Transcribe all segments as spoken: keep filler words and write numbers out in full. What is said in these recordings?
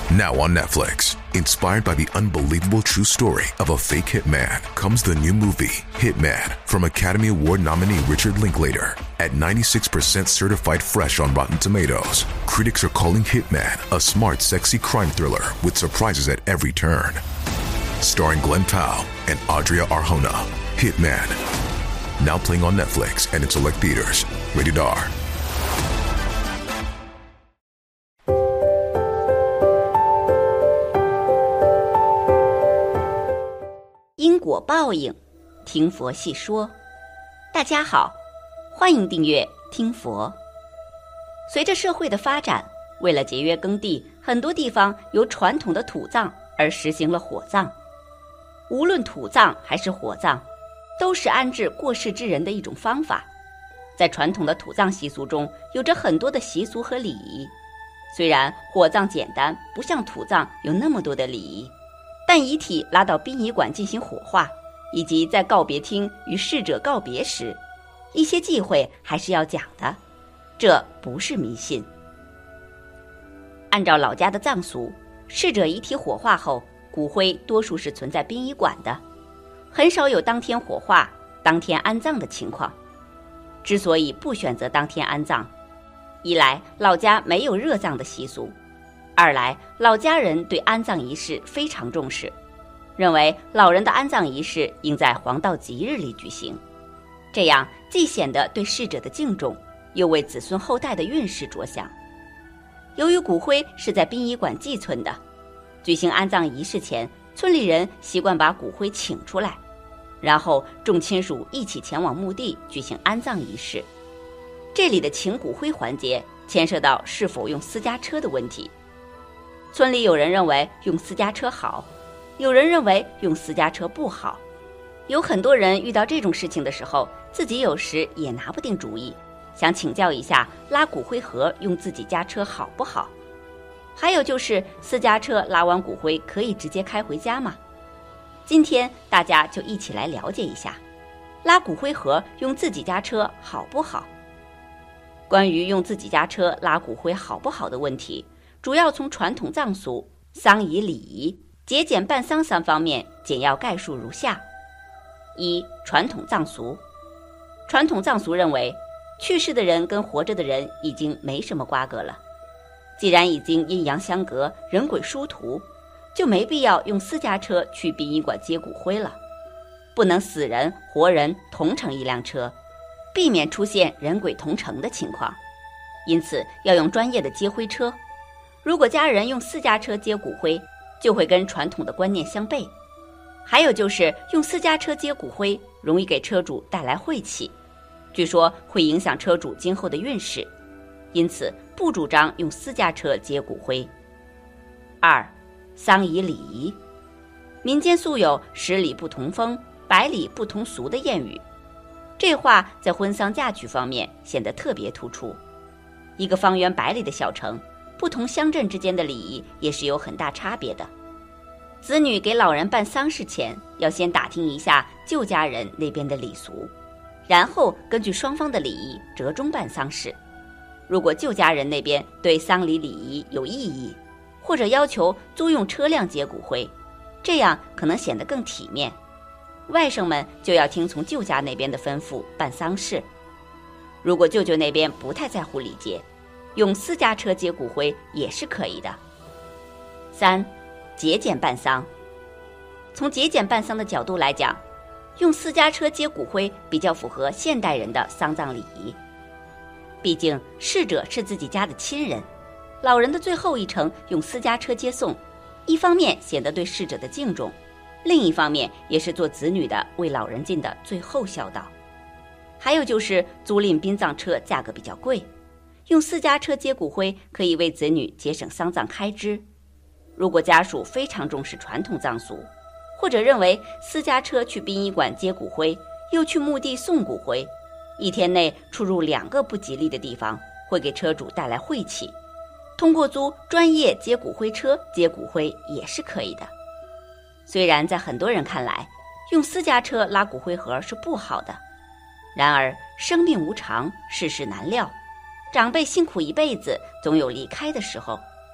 Now on Netflix, inspired by the unbelievable true story of a fake hitman, comes the new movie, Hitman, from Academy Award nominee Richard Linklater. At ninety-six percent certified fresh on Rotten Tomatoes, critics are calling Hitman a smart, sexy crime thriller with surprises at every turn. Starring Glenn Powell and Adria Arjona, Hitman. Now playing on Netflix and in select theaters. Rated R. 因果报应，听佛细说。大家好，欢迎订阅听佛。随着社会的发展，为了节约耕地，很多地方由传统的土葬而实行了火葬。无论土葬还是火葬，都是安置过世之人的一种方法。在传统的土葬习俗中，有着很多的习俗和礼仪。虽然火葬简单，不像土葬有那么多的礼仪，但遗体拉到殡仪馆进行火化，以及在告别厅与逝者告别时，一些忌讳还是要讲的，这不是迷信。按照老家的葬俗，逝者遗体火化后，骨灰多数是存在殡仪馆的，很少有当天火化、当天安葬的情况。之所以不选择当天安葬，一来老家没有热葬的习俗，二来老家人对安葬仪式非常重视，认为老人的安葬仪式应在黄道吉日里举行，这样既显得对逝者的敬重，又为子孙后代的运势着想。由于骨灰是在殡仪馆寄存的，举行安葬仪式前，村里人习惯把骨灰请出来，然后众亲属一起前往墓地举行安葬仪式。这里的请骨灰环节牵涉到是否用私家车的问题。村里有人认为用私家车好，有人认为用私家车不好。有很多人遇到这种事情的时候，自己有时也拿不定主意，想请教一下拉骨灰盒用自己家车好不好。还有就是私家车拉完骨灰可以直接开回家吗？今天大家就一起来了解一下，拉骨灰盒用自己家车好不好。关于用自己家车拉骨灰好不好的问题，主要从传统葬俗、丧仪礼仪、节俭办丧三方面简要概述如下。一、传统葬俗。传统葬俗认为，去世的人跟活着的人已经没什么瓜葛了，既然已经阴阳相隔，人鬼殊途，就没必要用私家车去殡仪馆接骨灰了。不能死人活人同乘一辆车，避免出现人鬼同乘的情况，因此要用专业的接灰车。如果家人用私家车接骨灰，就会跟传统的观念相悖。还有就是用私家车接骨灰容易给车主带来晦气，据说会影响车主今后的运势，因此不主张用私家车接骨灰。二、丧仪礼仪。民间素有十里不同风，百里不同俗的谚语，这话在婚丧嫁娶方面显得特别突出。一个方圆百里的小城，不同乡镇之间的礼仪也是有很大差别的。子女给老人办丧事前，要先打听一下旧家人那边的礼俗，然后根据双方的礼仪折中办丧事。如果旧家人那边对丧礼礼仪有异议，或者要求租用车辆接骨灰，这样可能显得更体面。外甥们就要听从舅家那边的吩咐办丧事。如果舅舅那边不太在乎礼节，用私家车接骨灰也是可以的。三、节俭办丧。从节俭办丧的角度来讲，用私家车接骨灰比较符合现代人的丧葬礼仪。毕竟逝者是自己家的亲人，老人的最后一程用私家车接送，一方面显得对逝者的敬重，另一方面也是做子女的为老人尽的最后孝道。还有就是租赁殡葬车价格比较贵，用私家车接骨灰可以为子女节省丧葬开支。如果家属非常重视传统葬俗，或者认为私家车去殡仪馆接骨灰，又去墓地送骨灰，一天内出入两个不吉利的地方，会给车主带来晦气。通过租专业接骨灰车接骨灰也是可以的。虽然在很多人看来，用私家车拉骨灰盒是不好的，然而生命无常，世事难料，长辈辛苦一辈子，总有离开的时候。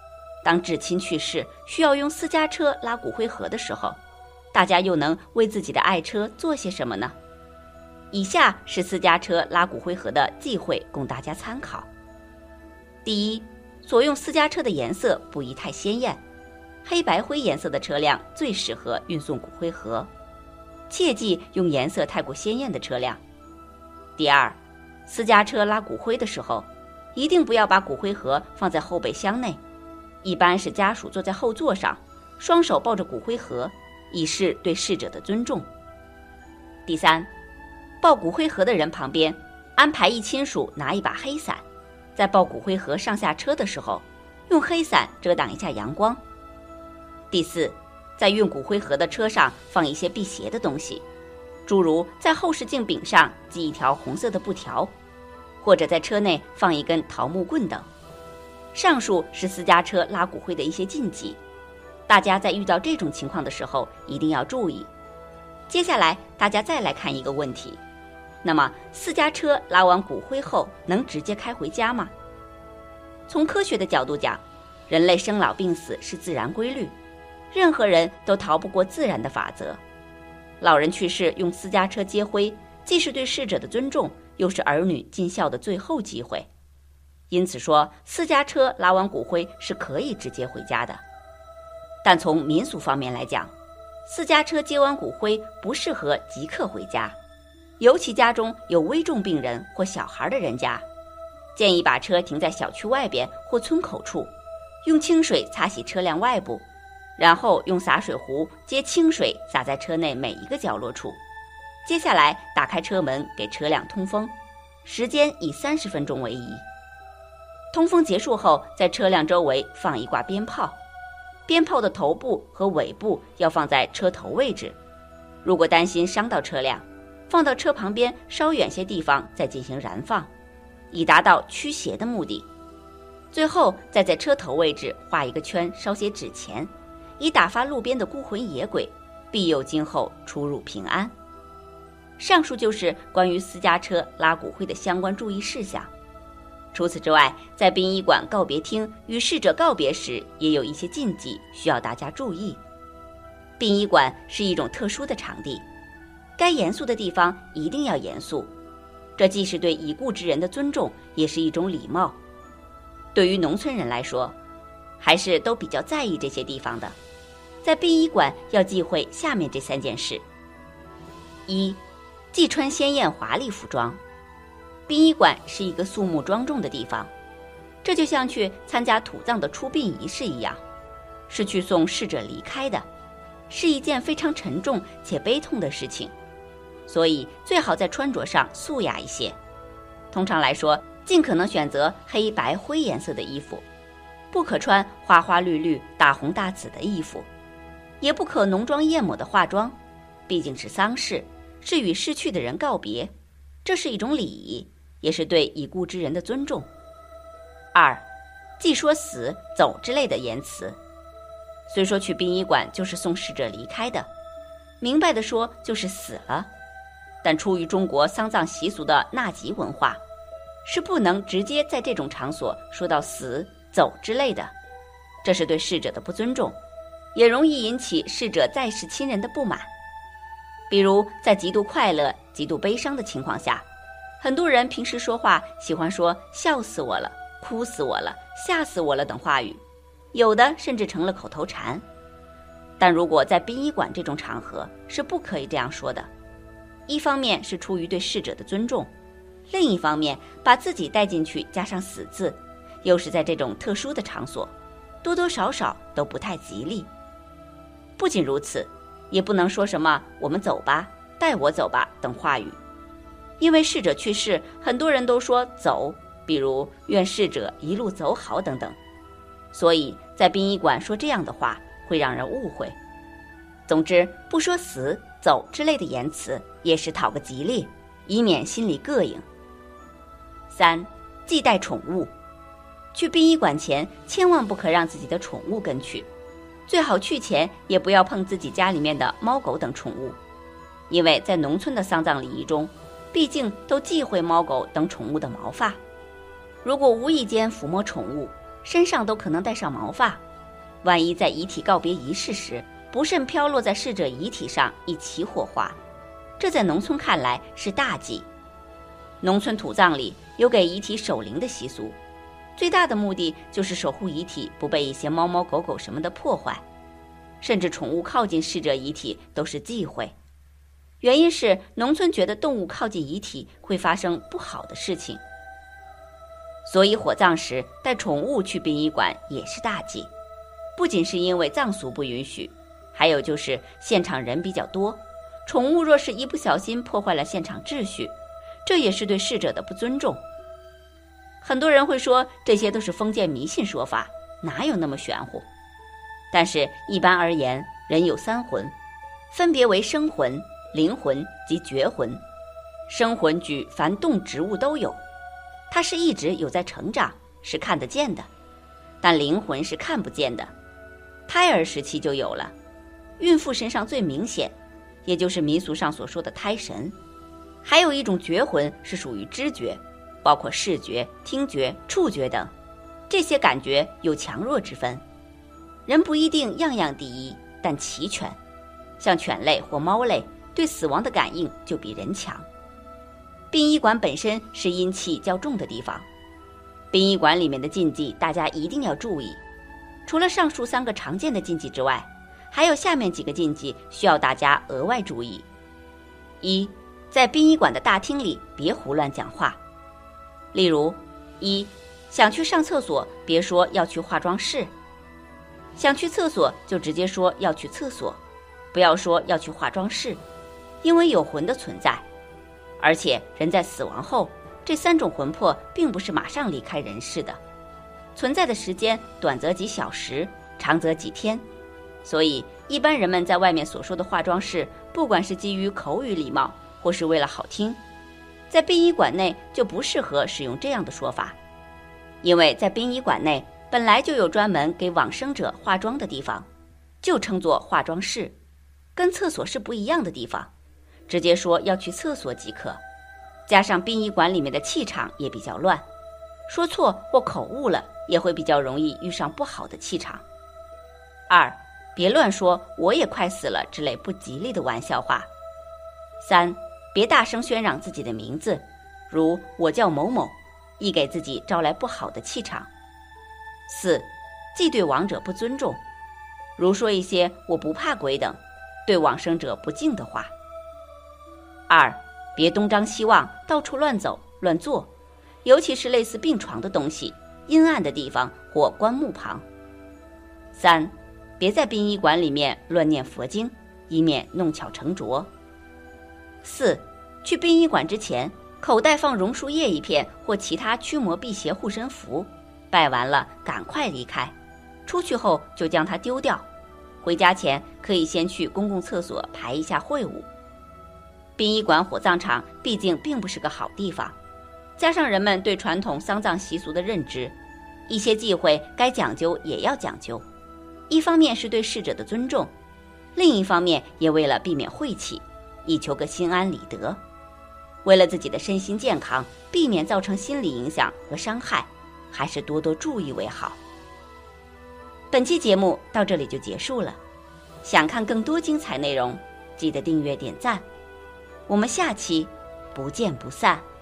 当至亲去世需要用私家车拉骨灰盒的时候，大家又能为自己的爱车做些什么呢？以下是私家车拉骨灰盒的忌讳，供大家参考。第一，所用私家车的颜色不宜太鲜艳，黑白灰颜色的车辆最适合运送骨灰盒，切忌用颜色太过鲜艳的车辆。第二，私家车拉骨灰的时候，一定不要把骨灰盒放在后备箱内，一般是家属坐在后座上，双手抱着骨灰盒，以示对逝者的尊重。第三，抱骨灰盒的人旁边安排一亲属拿一把黑伞，在抱骨灰盒上下车的时候，用黑伞遮挡一下阳光。第四，在运骨灰盒的车上放一些辟邪的东西，诸如在后视镜柄上系一条红色的布条，或者在车内放一根桃木棍等。上述是私家车拉骨灰的一些禁忌，大家在遇到这种情况的时候一定要注意。接下来大家再来看一个问题，那么私家车拉完骨灰后能直接开回家吗？从科学的角度讲，人类生老病死是自然规律，任何人都逃不过自然的法则。老人去世用私家车接灰，既是对逝者的尊重，又是儿女尽孝的最后机会。因此说，私家车拉完骨灰是可以直接回家的。但从民俗方面来讲，私家车接完骨灰不适合即刻回家，尤其家中有危重病人或小孩的人家，建议把车停在小区外边或村口处，用清水擦洗车辆外部，然后用洒水壶接清水洒在车内每一个角落处。接下来打开车门给车辆通风，时间以三十分钟为宜。通风结束后，在车辆周围放一挂鞭炮，鞭炮的头部和尾部要放在车头位置，如果担心伤到车辆，放到车旁边稍远些地方再进行燃放，以达到驱邪的目的。最后再在车头位置画一个圈，烧些纸钱，以打发路边的孤魂野鬼，庇佑今后出入平安。上述就是关于私家车拉骨灰的相关注意事项。除此之外，在殡仪馆告别厅与逝者告别时，也有一些禁忌需要大家注意。殡仪馆是一种特殊的场地，该严肃的地方一定要严肃，这既是对已故之人的尊重，也是一种礼貌。对于农村人来说，还是都比较在意这些地方的。在殡仪馆要忌讳下面这三件事：一、忌穿鲜艳华丽服装。殡仪馆是一个肃穆庄重的地方，这就像去参加土葬的出殡仪式一样，是去送逝者离开的，是一件非常沉重且悲痛的事情，所以最好在穿着上素雅一些。通常来说，尽可能选择黑白灰颜色的衣服，不可穿花花绿绿大红大紫的衣服，也不可浓妆艳抹的化妆，毕竟是丧事，是与逝去的人告别，这是一种礼仪，也是对已故之人的尊重。二、忌说死、走之类的言辞。虽说去殡仪馆就是送逝者离开的，明白的说就是死了，但出于中国丧葬习俗的纳吉文化，是不能直接在这种场所说到死、走之类的，这是对逝者的不尊重，也容易引起逝者在世亲人的不满。比如在极度快乐、极度悲伤的情况下，很多人平时说话喜欢说笑死我了、哭死我了、吓死我了等话语，有的甚至成了口头禅。但如果在殡仪馆这种场合是不可以这样说的，一方面是出于对逝者的尊重，另一方面把自己带进去加上死字，又是在这种特殊的场所，多多少少都不太吉利。不仅如此，也不能说什么我们走吧、带我走吧等话语，因为逝者去世，很多人都说走，比如愿逝者一路走好等等，所以在殡仪馆说这样的话会让人误会。总之，不说死、走之类的言辞，也是讨个吉利，以免心里膈应。三、忌带宠物。去殡仪馆前千万不可让自己的宠物跟去，最好去前也不要碰自己家里面的猫狗等宠物，因为在农村的丧葬礼仪中，毕竟都忌讳猫狗等宠物的毛发，如果无意间抚摸宠物，身上都可能带上毛发， 万一在遗体告别仪式时不慎飘落在逝者遗体上一起火化，这在农村看来是大忌。农村土葬里有给遗体守灵的习俗，最大的目的就是守护遗体不被一些猫猫狗狗什么的破坏，甚至宠物靠近逝者遗体都是忌讳。原因是农村觉得动物靠近遗体会发生不好的事情，所以火葬时带宠物去殡仪馆也是大忌。不仅是因为葬俗不允许，还有就是现场人比较多，宠物若是一不小心破坏了现场秩序，这也是对逝者的不尊重。很多人会说这些都是封建迷信说法，哪有那么玄乎？但是一般而言，人有三魂，分别为生魂、灵魂及觉魂。生魂举凡动植物都有，它是一直有在成长，是看得见的；但灵魂是看不见的，胎儿时期就有了，孕妇身上最明显，也就是民俗上所说的胎神。还有一种觉魂是属于知觉，包括视觉、听觉、触觉等，这些感觉有强弱之分。人不一定样样第一，但齐全。像犬类或猫类对死亡的感应就比人强。殡仪馆本身是阴气较重的地方，殡仪馆里面的禁忌大家一定要注意。除了上述三个常见的禁忌之外，还有下面几个禁忌需要大家额外注意。一，在殡仪馆的大厅里别胡乱讲话。例如，一，想去上厕所别说要去化妆室，想去厕所就直接说要去厕所，不要说要去化妆室，因为有魂的存在。而且人在死亡后，这三种魂魄并不是马上离开人世的，存在的时间短则几小时，长则几天。所以一般人们在外面所说的化妆室，不管是基于口语礼貌或是为了好听，在殡仪馆内就不适合使用这样的说法。因为在殡仪馆内本来就有专门给往生者化妆的地方，就称作化妆室，跟厕所是不一样的地方，直接说要去厕所即可。加上殡仪馆里面的气场也比较乱，说错或口误了也会比较容易遇上不好的气场。二，别乱说我也快死了之类不吉利的玩笑话。三，别大声喧嚷自己的名字，如我叫某某，易给自己招来不好的气场。四，既对亡者不尊重，如说一些我不怕鬼等对往生者不敬的话。二，别东张西望，到处乱走乱坐，尤其是类似病床的东西、阴暗的地方或棺木旁。三，别在殡仪馆里面乱念佛经，以免弄巧成拙。四，去殡仪馆之前，口袋放榕树叶一片或其他驱魔辟邪护身符，拜完了赶快离开，出去后就将它丢掉。回家前可以先去公共厕所排一下秽物。殡仪馆火葬场毕竟并不是个好地方，加上人们对传统丧葬习俗的认知，一些忌讳该讲究也要讲究。一方面是对逝者的尊重，另一方面也为了避免晦气，以求个心安理得。为了自己的身心健康，避免造成心理影响和伤害，还是多多注意为好。本期节目到这里就结束了，想看更多精彩内容，记得订阅点赞。我们下期不见不散。